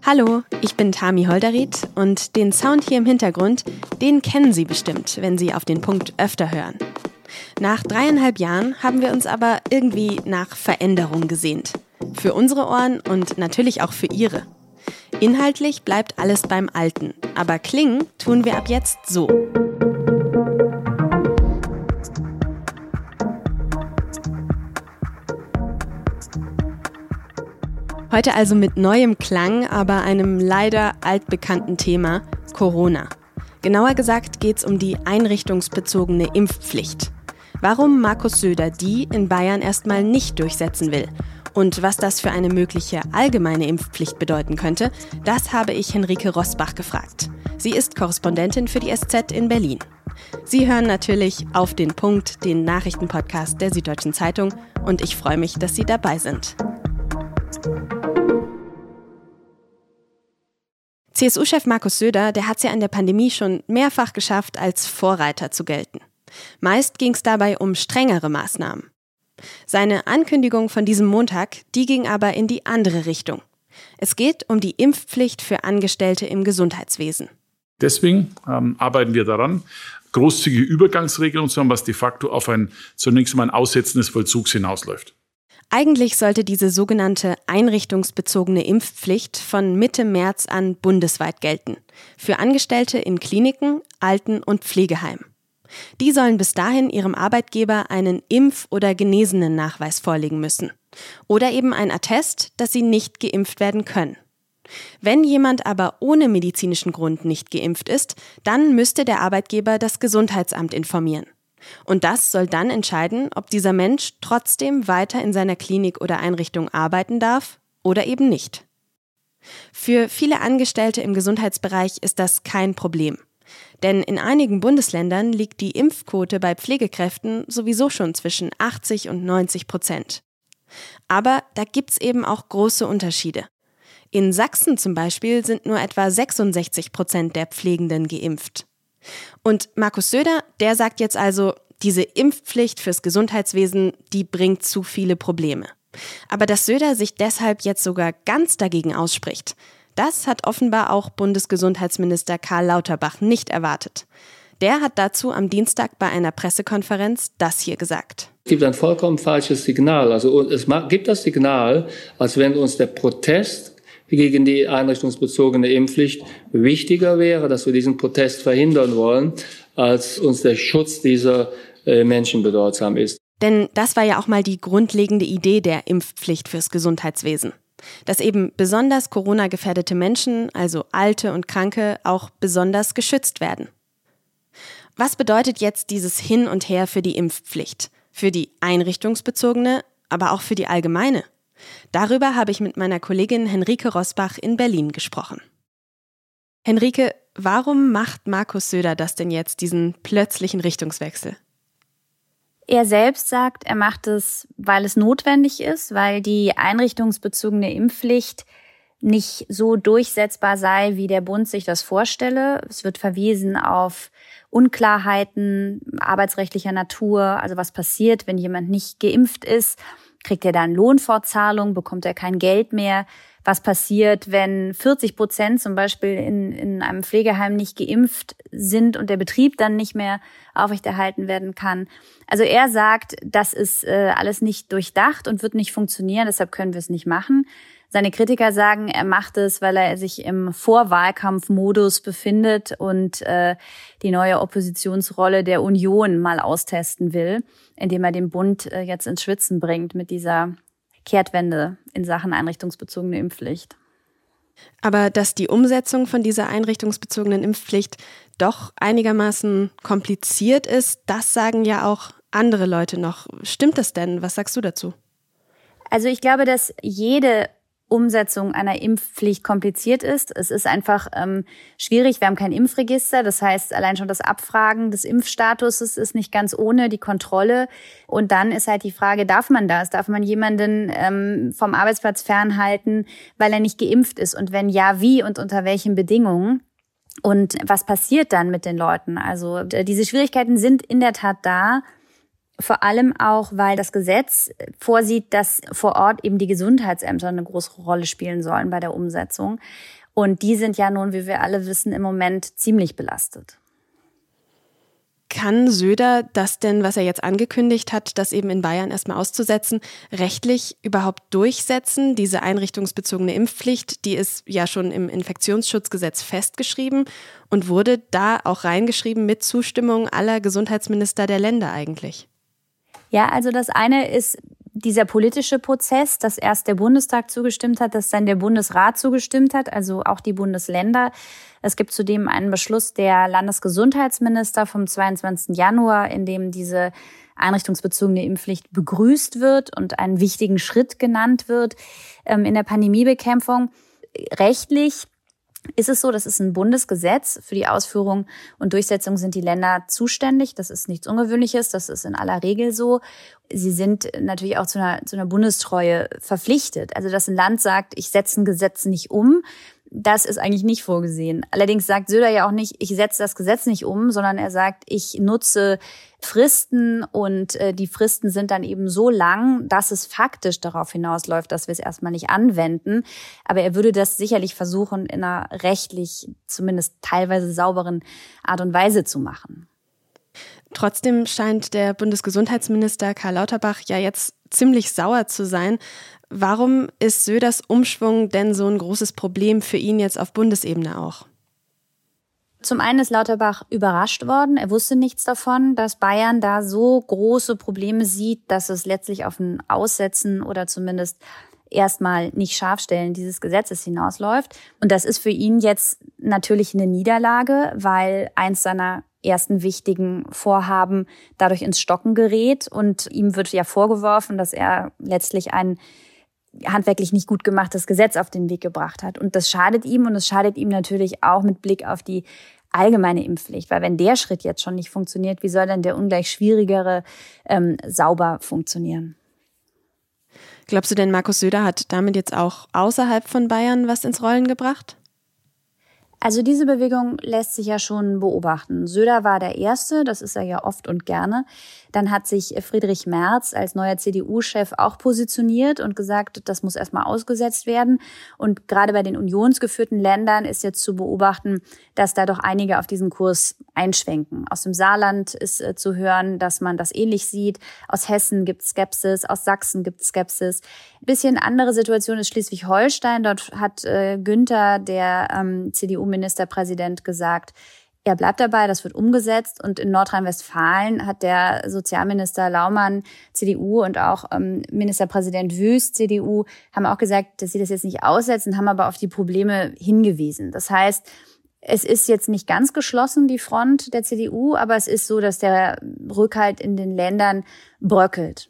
Hallo, ich bin Tami Holderried und den Sound hier im Hintergrund, den kennen Sie bestimmt, wenn Sie auf den Punkt öfter hören. Nach 3,5 Jahren haben wir uns aber irgendwie nach Veränderung gesehnt. Für unsere Ohren und natürlich auch für Ihre. Inhaltlich bleibt alles beim Alten, aber klingen tun wir ab jetzt so. Heute also mit neuem Klang, aber einem leider altbekannten Thema, Corona. Genauer gesagt geht es um die einrichtungsbezogene Impfpflicht. Warum Markus Söder die in Bayern erstmal nicht durchsetzen will und was das für eine mögliche allgemeine Impfpflicht bedeuten könnte, das habe ich Henrike Rosbach gefragt. Sie ist Korrespondentin für die SZ in Berlin. Sie hören natürlich auf den Punkt, den Nachrichtenpodcast der Süddeutschen Zeitung, und ich freue mich, dass Sie dabei sind. CSU-Chef Markus Söder, der hat es ja in der Pandemie schon mehrfach geschafft, als Vorreiter zu gelten. Meist ging es dabei um strengere Maßnahmen. Seine Ankündigung von diesem Montag, die ging aber in die andere Richtung. Es geht um die Impfpflicht für Angestellte im Gesundheitswesen. Deswegen arbeiten wir daran, großzügige Übergangsregelungen zu haben, was de facto auf zunächst einmal ein Aussetzen des Vollzugs hinausläuft. Eigentlich sollte diese sogenannte einrichtungsbezogene Impfpflicht von Mitte März an bundesweit gelten. Für Angestellte in Kliniken, Alten- und Pflegeheimen. Die sollen bis dahin ihrem Arbeitgeber einen Impf- oder Genesenen-Nachweis vorlegen müssen. Oder eben ein Attest, dass sie nicht geimpft werden können. Wenn jemand aber ohne medizinischen Grund nicht geimpft ist, dann müsste der Arbeitgeber das Gesundheitsamt informieren. Und das soll dann entscheiden, ob dieser Mensch trotzdem weiter in seiner Klinik oder Einrichtung arbeiten darf oder eben nicht. Für viele Angestellte im Gesundheitsbereich ist das kein Problem. Denn in einigen Bundesländern liegt die Impfquote bei Pflegekräften sowieso schon zwischen 80% und 90%. Aber da gibt's eben auch große Unterschiede. In Sachsen zum Beispiel sind nur etwa 66% der Pflegenden geimpft. Und Markus Söder, der sagt jetzt also, diese Impfpflicht fürs Gesundheitswesen, die bringt zu viele Probleme. Aber dass Söder sich deshalb jetzt sogar ganz dagegen ausspricht, das hat offenbar auch Bundesgesundheitsminister Karl Lauterbach nicht erwartet. Der hat dazu am Dienstag bei einer Pressekonferenz das hier gesagt. Es gibt ein vollkommen falsches Signal. Also es gibt das Signal, als wenn uns der Protest gegen die einrichtungsbezogene Impfpflicht wichtiger wäre, dass wir diesen Protest verhindern wollen, als uns der Schutz dieser Menschen bedeutsam ist. Denn das war ja auch mal die grundlegende Idee der Impfpflicht fürs Gesundheitswesen. Dass eben besonders Corona-gefährdete Menschen, also Alte und Kranke, auch besonders geschützt werden. Was bedeutet jetzt dieses Hin und Her für die Impfpflicht? Für die einrichtungsbezogene, aber auch für die allgemeine? Darüber habe ich mit meiner Kollegin Henrike Rosbach in Berlin gesprochen. Henrike, warum macht Markus Söder das denn jetzt, diesen plötzlichen Richtungswechsel? Er selbst sagt, er macht es, weil es notwendig ist, weil die einrichtungsbezogene Impfpflicht nicht so durchsetzbar sei, wie der Bund sich das vorstelle. Es wird verwiesen auf Unklarheiten arbeitsrechtlicher Natur, also was passiert, wenn jemand nicht geimpft ist. Kriegt er dann Lohnfortzahlung, bekommt er kein Geld mehr? Was passiert, wenn 40% zum Beispiel in einem Pflegeheim nicht geimpft sind und der Betrieb dann nicht mehr aufrechterhalten werden kann? Also er sagt, das ist alles nicht durchdacht und wird nicht funktionieren, deshalb können wir es nicht machen. Seine Kritiker sagen, er macht es, weil er sich im Vorwahlkampfmodus befindet und die neue Oppositionsrolle der Union mal austesten will, indem er den Bund jetzt ins Schwitzen bringt mit dieser Kehrtwende in Sachen einrichtungsbezogene Impfpflicht. Aber dass die Umsetzung von dieser einrichtungsbezogenen Impfpflicht doch einigermaßen kompliziert ist, das sagen ja auch andere Leute noch. Stimmt das denn? Was sagst du dazu? Also ich glaube, dass jede Umsetzung einer Impfpflicht kompliziert ist. Es ist einfach schwierig. Wir haben kein Impfregister. Das heißt, allein schon das Abfragen des Impfstatuses ist nicht ganz ohne die Kontrolle. Und dann ist halt die Frage, darf man das? Darf man jemanden vom Arbeitsplatz fernhalten, weil er nicht geimpft ist? Und wenn ja, wie und unter welchen Bedingungen? Und was passiert dann mit den Leuten? Also diese Schwierigkeiten sind in der Tat da. Vor allem auch, weil das Gesetz vorsieht, dass vor Ort eben die Gesundheitsämter eine große Rolle spielen sollen bei der Umsetzung. Und die sind ja nun, wie wir alle wissen, im Moment ziemlich belastet. Kann Söder das denn, was er jetzt angekündigt hat, das eben in Bayern erstmal auszusetzen, rechtlich überhaupt durchsetzen? Diese einrichtungsbezogene Impfpflicht, die ist ja schon im Infektionsschutzgesetz festgeschrieben und wurde da auch reingeschrieben mit Zustimmung aller Gesundheitsminister der Länder eigentlich. Ja, also das eine ist dieser politische Prozess, dass erst der Bundestag zugestimmt hat, dass dann der Bundesrat zugestimmt hat, also auch die Bundesländer. Es gibt zudem einen Beschluss der Landesgesundheitsminister vom 22. Januar, in dem diese einrichtungsbezogene Impfpflicht begrüßt wird und einen wichtigen Schritt genannt wird in der Pandemiebekämpfung. Rechtlich ist es so, das ist ein Bundesgesetz. Für die Ausführung und Durchsetzung sind die Länder zuständig. Das ist nichts Ungewöhnliches, das ist in aller Regel so. Sie sind natürlich auch zu einer Bundestreue verpflichtet. Also dass ein Land sagt, ich setze ein Gesetz nicht um, das ist eigentlich nicht vorgesehen. Allerdings sagt Söder ja auch nicht, ich setze das Gesetz nicht um, sondern er sagt, ich nutze Fristen und die Fristen sind dann eben so lang, dass es faktisch darauf hinausläuft, dass wir es erstmal nicht anwenden. Aber er würde das sicherlich versuchen, in einer rechtlich zumindest teilweise sauberen Art und Weise zu machen. Trotzdem scheint der Bundesgesundheitsminister Karl Lauterbach ja jetzt ziemlich sauer zu sein. Warum ist Söders Umschwung denn so ein großes Problem für ihn jetzt auf Bundesebene auch? Zum einen ist Lauterbach überrascht worden. Er wusste nichts davon, dass Bayern da so große Probleme sieht, dass es letztlich auf ein Aussetzen oder zumindest erstmal nicht Scharfstellen dieses Gesetzes hinausläuft. Und das ist für ihn jetzt natürlich eine Niederlage, weil eins seiner ersten wichtigen Vorhaben dadurch ins Stocken gerät. Und ihm wird ja vorgeworfen, dass er letztlich ein handwerklich nicht gut gemachtes Gesetz auf den Weg gebracht hat. Und das schadet ihm und es schadet ihm natürlich auch mit Blick auf die allgemeine Impfpflicht. Weil wenn der Schritt jetzt schon nicht funktioniert, wie soll denn der ungleich schwierigere sauber funktionieren? Glaubst du denn, Markus Söder hat damit jetzt auch außerhalb von Bayern was ins Rollen gebracht? Also diese Bewegung lässt sich ja schon beobachten. Söder war der Erste, das ist er ja oft und gerne. Dann hat sich Friedrich Merz als neuer CDU-Chef auch positioniert und gesagt, das muss erstmal ausgesetzt werden. Und gerade bei den unionsgeführten Ländern ist jetzt zu beobachten, dass da doch einige auf diesen Kurs einschwenken. Aus dem Saarland ist zu hören, dass man das ähnlich sieht. Aus Hessen gibt es Skepsis, aus Sachsen gibt es Skepsis. Bisschen andere Situation ist Schleswig-Holstein. Dort hat Günther, der CDU-Ministerpräsident, gesagt, er bleibt dabei, das wird umgesetzt. Und in Nordrhein-Westfalen hat der Sozialminister Laumann, CDU, und auch Ministerpräsident Wüst, CDU, haben auch gesagt, dass sie das jetzt nicht aussetzen, haben aber auf die Probleme hingewiesen. Das heißt, es ist jetzt nicht ganz geschlossen, die Front der CDU, aber es ist so, dass der Rückhalt in den Ländern bröckelt.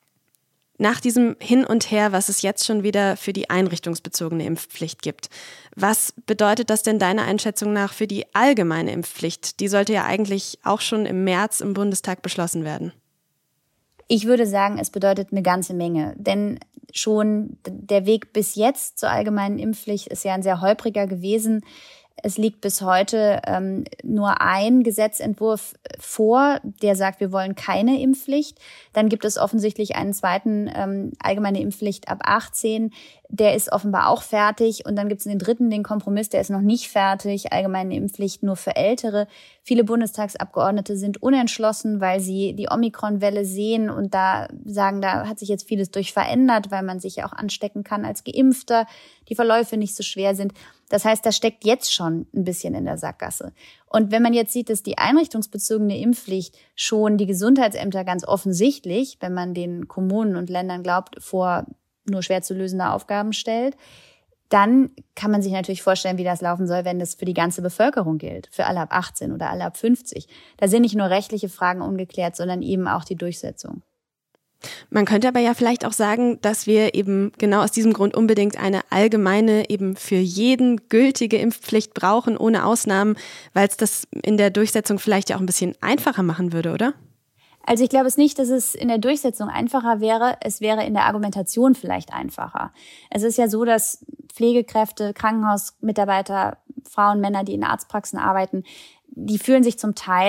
Nach diesem Hin und Her, was es jetzt schon wieder für die einrichtungsbezogene Impfpflicht gibt, was bedeutet das denn deiner Einschätzung nach für die allgemeine Impfpflicht? Die sollte ja eigentlich auch schon im März im Bundestag beschlossen werden. Ich würde sagen, es bedeutet eine ganze Menge, denn schon der Weg bis jetzt zur allgemeinen Impfpflicht ist ja ein sehr holpriger gewesen. Es liegt bis heute nur ein Gesetzentwurf vor, der sagt, wir wollen keine Impfpflicht. Dann gibt es offensichtlich einen zweiten allgemeine Impfpflicht ab 18. Der ist offenbar auch fertig. Und dann gibt es den dritten, den Kompromiss, der ist noch nicht fertig. Allgemeine Impfpflicht nur für Ältere. Viele Bundestagsabgeordnete sind unentschlossen, weil sie die Omikron-Welle sehen und da sagen, da hat sich jetzt vieles durch verändert, weil man sich ja auch anstecken kann als Geimpfter, die Verläufe nicht so schwer sind. Das heißt, das steckt jetzt schon ein bisschen in der Sackgasse. Und wenn man jetzt sieht, dass die einrichtungsbezogene Impfpflicht schon die Gesundheitsämter ganz offensichtlich, wenn man den Kommunen und Ländern glaubt, vor nur schwer zu lösende Aufgaben stellt, dann kann man sich natürlich vorstellen, wie das laufen soll, wenn das für die ganze Bevölkerung gilt, für alle ab 18 oder alle ab 50. Da sind nicht nur rechtliche Fragen ungeklärt, sondern eben auch die Durchsetzung. Man könnte aber ja vielleicht auch sagen, dass wir eben genau aus diesem Grund unbedingt eine allgemeine, eben für jeden gültige Impfpflicht brauchen, ohne Ausnahmen, weil es das in der Durchsetzung vielleicht ja auch ein bisschen einfacher machen würde, oder? Also ich glaube es nicht, dass es in der Durchsetzung einfacher wäre. Es wäre in der Argumentation vielleicht einfacher. Es ist ja so, dass Pflegekräfte, Krankenhausmitarbeiter, Frauen, Männer, die in Arztpraxen arbeiten, die fühlen sich zum Teil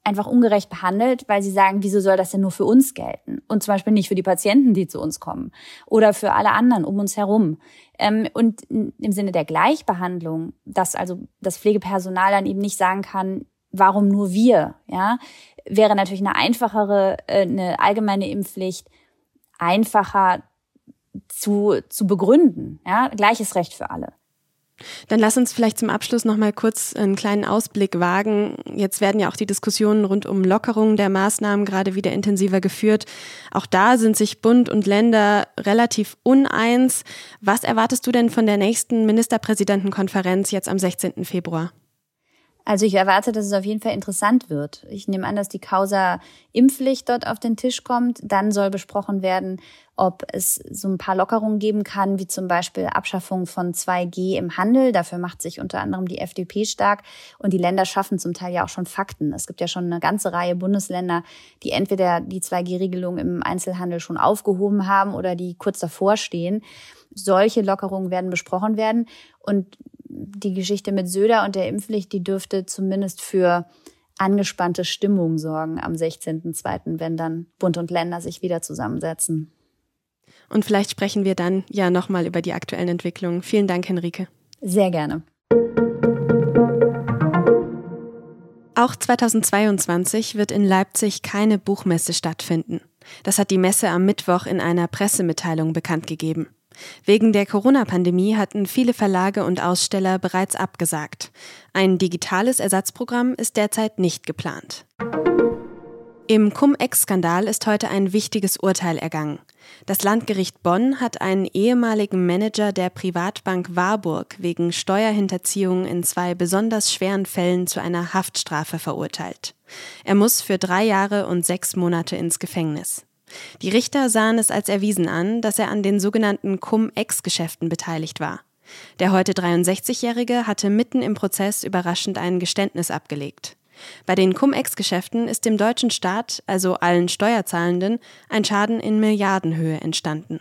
einfach ungerecht behandelt, weil sie sagen, wieso soll das denn nur für uns gelten? Und zum Beispiel nicht für die Patienten, die zu uns kommen oder für alle anderen um uns herum. Und im Sinne der Gleichbehandlung, dass also das Pflegepersonal dann eben nicht sagen kann, warum nur wir, ja, wäre natürlich eine allgemeine Impfpflicht einfacher zu begründen, ja, gleiches Recht für alle. Dann lass uns vielleicht zum Abschluss noch mal kurz einen kleinen Ausblick wagen. Jetzt werden ja auch die Diskussionen rund um Lockerungen der Maßnahmen gerade wieder intensiver geführt. Auch da sind sich Bund und Länder relativ uneins. Was erwartest du denn von der nächsten Ministerpräsidentenkonferenz jetzt am 16. Februar? Also ich erwarte, dass es auf jeden Fall interessant wird. Ich nehme an, dass die Causa Impfpflicht dort auf den Tisch kommt. Dann soll besprochen werden, ob es so ein paar Lockerungen geben kann, wie zum Beispiel Abschaffung von 2G im Handel. Dafür macht sich unter anderem die FDP stark. Und die Länder schaffen zum Teil ja auch schon Fakten. Es gibt ja schon eine ganze Reihe Bundesländer, die entweder die 2G-Regelung im Einzelhandel schon aufgehoben haben oder die kurz davor stehen. Solche Lockerungen werden besprochen werden. Und die Geschichte mit Söder und der Impfpflicht, die dürfte zumindest für angespannte Stimmung sorgen am 16.02., wenn dann Bund und Länder sich wieder zusammensetzen. Und vielleicht sprechen wir dann ja nochmal über die aktuellen Entwicklungen. Vielen Dank, Henrike. Sehr gerne. Auch 2022 wird in Leipzig keine Buchmesse stattfinden. Das hat die Messe am Mittwoch in einer Pressemitteilung bekannt gegeben. Wegen der Corona-Pandemie hatten viele Verlage und Aussteller bereits abgesagt. Ein digitales Ersatzprogramm ist derzeit nicht geplant. Im Cum-Ex-Skandal ist heute ein wichtiges Urteil ergangen. Das Landgericht Bonn hat einen ehemaligen Manager der Privatbank Warburg wegen Steuerhinterziehung in 2 besonders schweren Fällen zu einer Haftstrafe verurteilt. Er muss für 3 Jahre und 6 Monate ins Gefängnis. Die Richter sahen es als erwiesen an, dass er an den sogenannten Cum-Ex-Geschäften beteiligt war. Der heute 63-Jährige hatte mitten im Prozess überraschend ein Geständnis abgelegt. Bei den Cum-Ex-Geschäften ist dem deutschen Staat, also allen Steuerzahlenden, ein Schaden in Milliardenhöhe entstanden.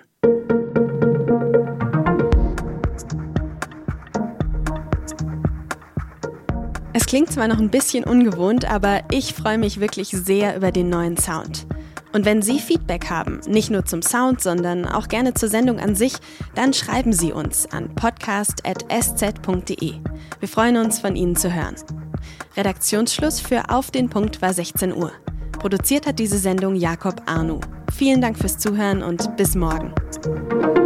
Es klingt zwar noch ein bisschen ungewohnt, aber ich freue mich wirklich sehr über den neuen Sound. Und wenn Sie Feedback haben, nicht nur zum Sound, sondern auch gerne zur Sendung an sich, dann schreiben Sie uns an podcast@sz.de. Wir freuen uns, von Ihnen zu hören. Redaktionsschluss für Auf den Punkt war 16 Uhr. Produziert hat diese Sendung Jakob Arnow. Vielen Dank fürs Zuhören und bis morgen.